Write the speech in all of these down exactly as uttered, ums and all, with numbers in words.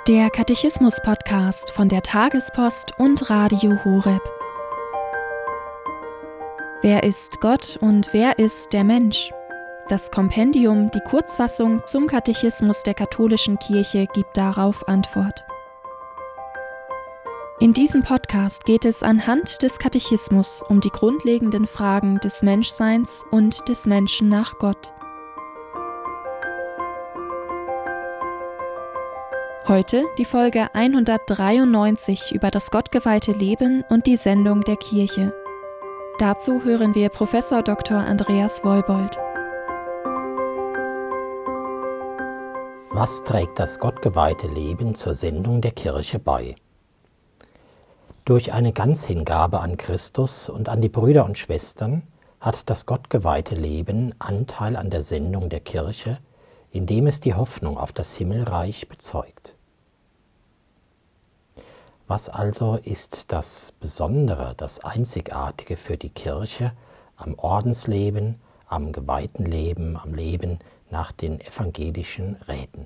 Der Katechismus-Podcast von der Tagespost und Radio Horeb. Wer ist Gott und wer ist der Mensch? Das Kompendium, die Kurzfassung zum Katechismus der katholischen Kirche, gibt darauf Antwort. In diesem Podcast geht es anhand des Katechismus um die grundlegenden Fragen des Menschseins und des Menschen nach Gott. Heute die Folge hundertdreiundneunzig über das gottgeweihte Leben und die Sendung der Kirche. Dazu hören wir Professor Doktor Andreas Wollbold. Was trägt das gottgeweihte Leben zur Sendung der Kirche bei? Durch eine Ganzhingabe an Christus und an die Brüder und Schwestern hat das gottgeweihte Leben Anteil an der Sendung der Kirche, indem es die Hoffnung auf das Himmelreich bezeugt. Was also ist das Besondere, das Einzigartige für die Kirche am Ordensleben, am geweihten Leben, am Leben nach den evangelischen Räten?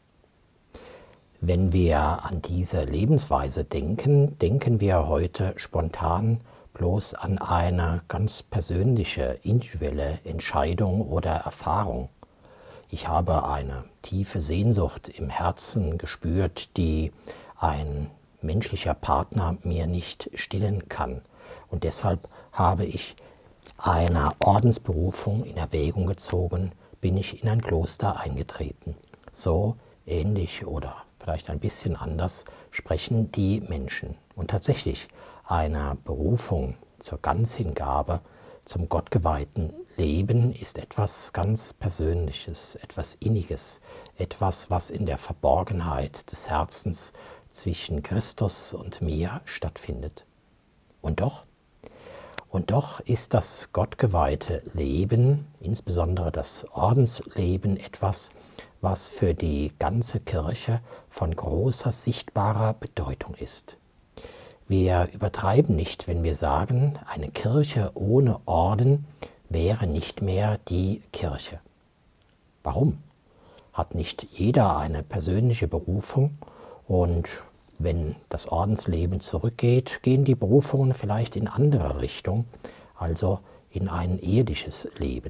Wenn wir an diese Lebensweise denken, denken wir heute spontan bloß an eine ganz persönliche, individuelle Entscheidung oder Erfahrung. Ich habe eine tiefe Sehnsucht im Herzen gespürt, die ein menschlicher Partner mir nicht stillen kann. Und deshalb habe ich eine Ordensberufung in Erwägung gezogen, bin ich in ein Kloster eingetreten. So ähnlich oder vielleicht ein bisschen anders sprechen die Menschen. Und tatsächlich eine Berufung zur Ganzhingabe, zum gottgeweihten Leben ist etwas ganz Persönliches, etwas Inniges, etwas, was in der Verborgenheit des Herzens zwischen Christus und mir stattfindet. Und doch, und doch ist das gottgeweihte Leben, insbesondere das Ordensleben, etwas, was für die ganze Kirche von großer sichtbarer Bedeutung ist. Wir übertreiben nicht, wenn wir sagen, eine Kirche ohne Orden wäre nicht mehr die Kirche. Warum? Hat nicht jeder eine persönliche Berufung? Und wenn das Ordensleben zurückgeht, gehen die Berufungen vielleicht in andere Richtung, also in ein irdisches Leben.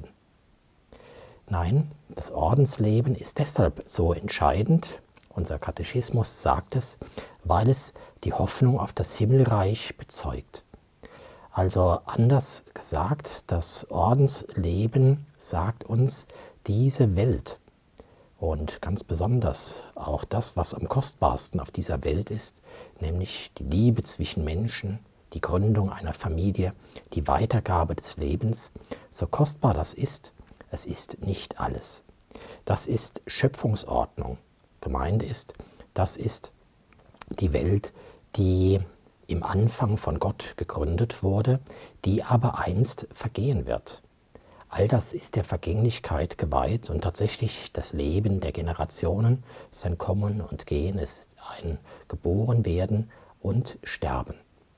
Nein, das Ordensleben ist deshalb so entscheidend, unser Katechismus sagt es, weil es die Hoffnung auf das Himmelreich bezeugt. Also anders gesagt, das Ordensleben sagt uns, diese Welt und ganz besonders auch das, was am kostbarsten auf dieser Welt ist, nämlich die Liebe zwischen Menschen, die Gründung einer Familie, die Weitergabe des Lebens, so kostbar das ist, es ist nicht alles. Das ist Schöpfungsordnung. Gemeint ist, das ist die Welt, die im Anfang von Gott gegründet wurde, die aber einst vergehen wird. All das ist der Vergänglichkeit geweiht und tatsächlich das Leben der Generationen, sein Kommen und Gehen, ist ein Geborenwerden und Sterben.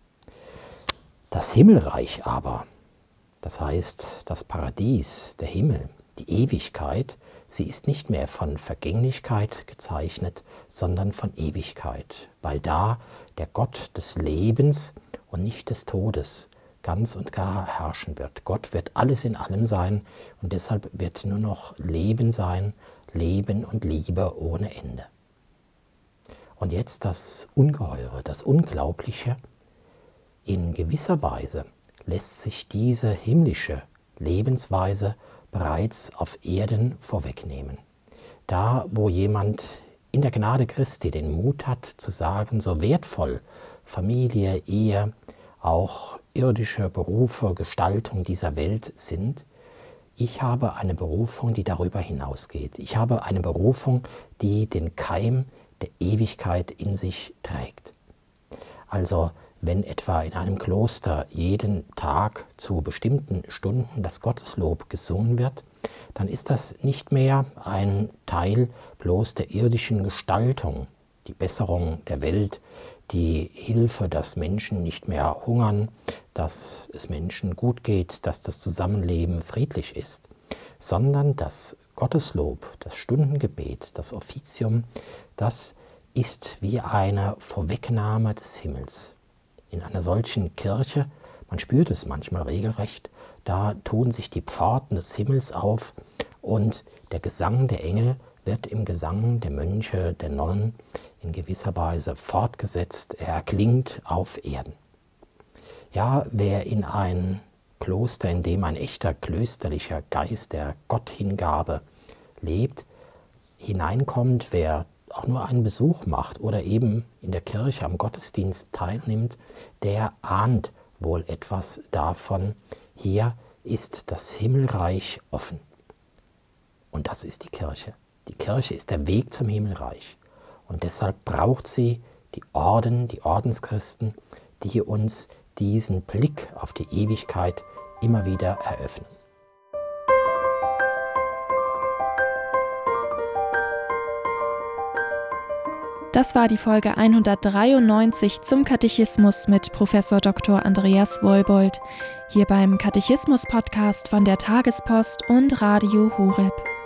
Das Himmelreich aber, das heißt das Paradies, der Himmel, die Ewigkeit, sie ist nicht mehr von Vergänglichkeit gezeichnet, sondern von Ewigkeit, weil da der Gott des Lebens und nicht des Todes ganz und gar herrschen wird. Gott wird alles in allem sein und deshalb wird nur noch Leben sein, Leben und Liebe ohne Ende. Und jetzt das Ungeheure, das Unglaubliche. In gewisser Weise lässt sich diese himmlische Lebensweise bereits auf Erden vorwegnehmen. Da, wo jemand in der Gnade Christi den Mut hat zu sagen, so wertvoll Familie, Ehe, auch irdische Berufe, Gestaltung dieser Welt sind, ich habe eine Berufung, die darüber hinausgeht. Ich habe eine Berufung, die den Keim der Ewigkeit in sich trägt. Also wenn etwa in einem Kloster jeden Tag zu bestimmten Stunden das Gotteslob gesungen wird, dann ist das nicht mehr ein Teil bloß der irdischen Gestaltung, die Besserung der Welt, die Hilfe, dass Menschen nicht mehr hungern, dass es Menschen gut geht, dass das Zusammenleben friedlich ist, sondern das Gotteslob, das Stundengebet, das Offizium, das ist wie eine Vorwegnahme des Himmels. In einer solchen Kirche, man spürt es manchmal regelrecht, da tun sich die Pforten des Himmels auf und der Gesang der Engel wird im Gesang der Mönche, der Nonnen in gewisser Weise fortgesetzt. Er erklingt auf Erden. Ja, wer in ein Kloster, in dem ein echter klösterlicher Geist der Gotthingabe lebt, hineinkommt, wer auch nur einen Besuch macht oder eben in der Kirche am Gottesdienst teilnimmt, der ahnt wohl etwas davon. Hier ist das Himmelreich offen. Und das ist die Kirche. Die Kirche ist der Weg zum Himmelreich. Und deshalb braucht sie die Orden, die Ordenschristen, die uns diesen Blick auf die Ewigkeit immer wieder eröffnen. Das war die Folge hundertdreiundneunzig zum Katechismus mit Professor Doktor Andreas Wollbold, hier beim Katechismus-Podcast von der Tagespost und Radio Horeb.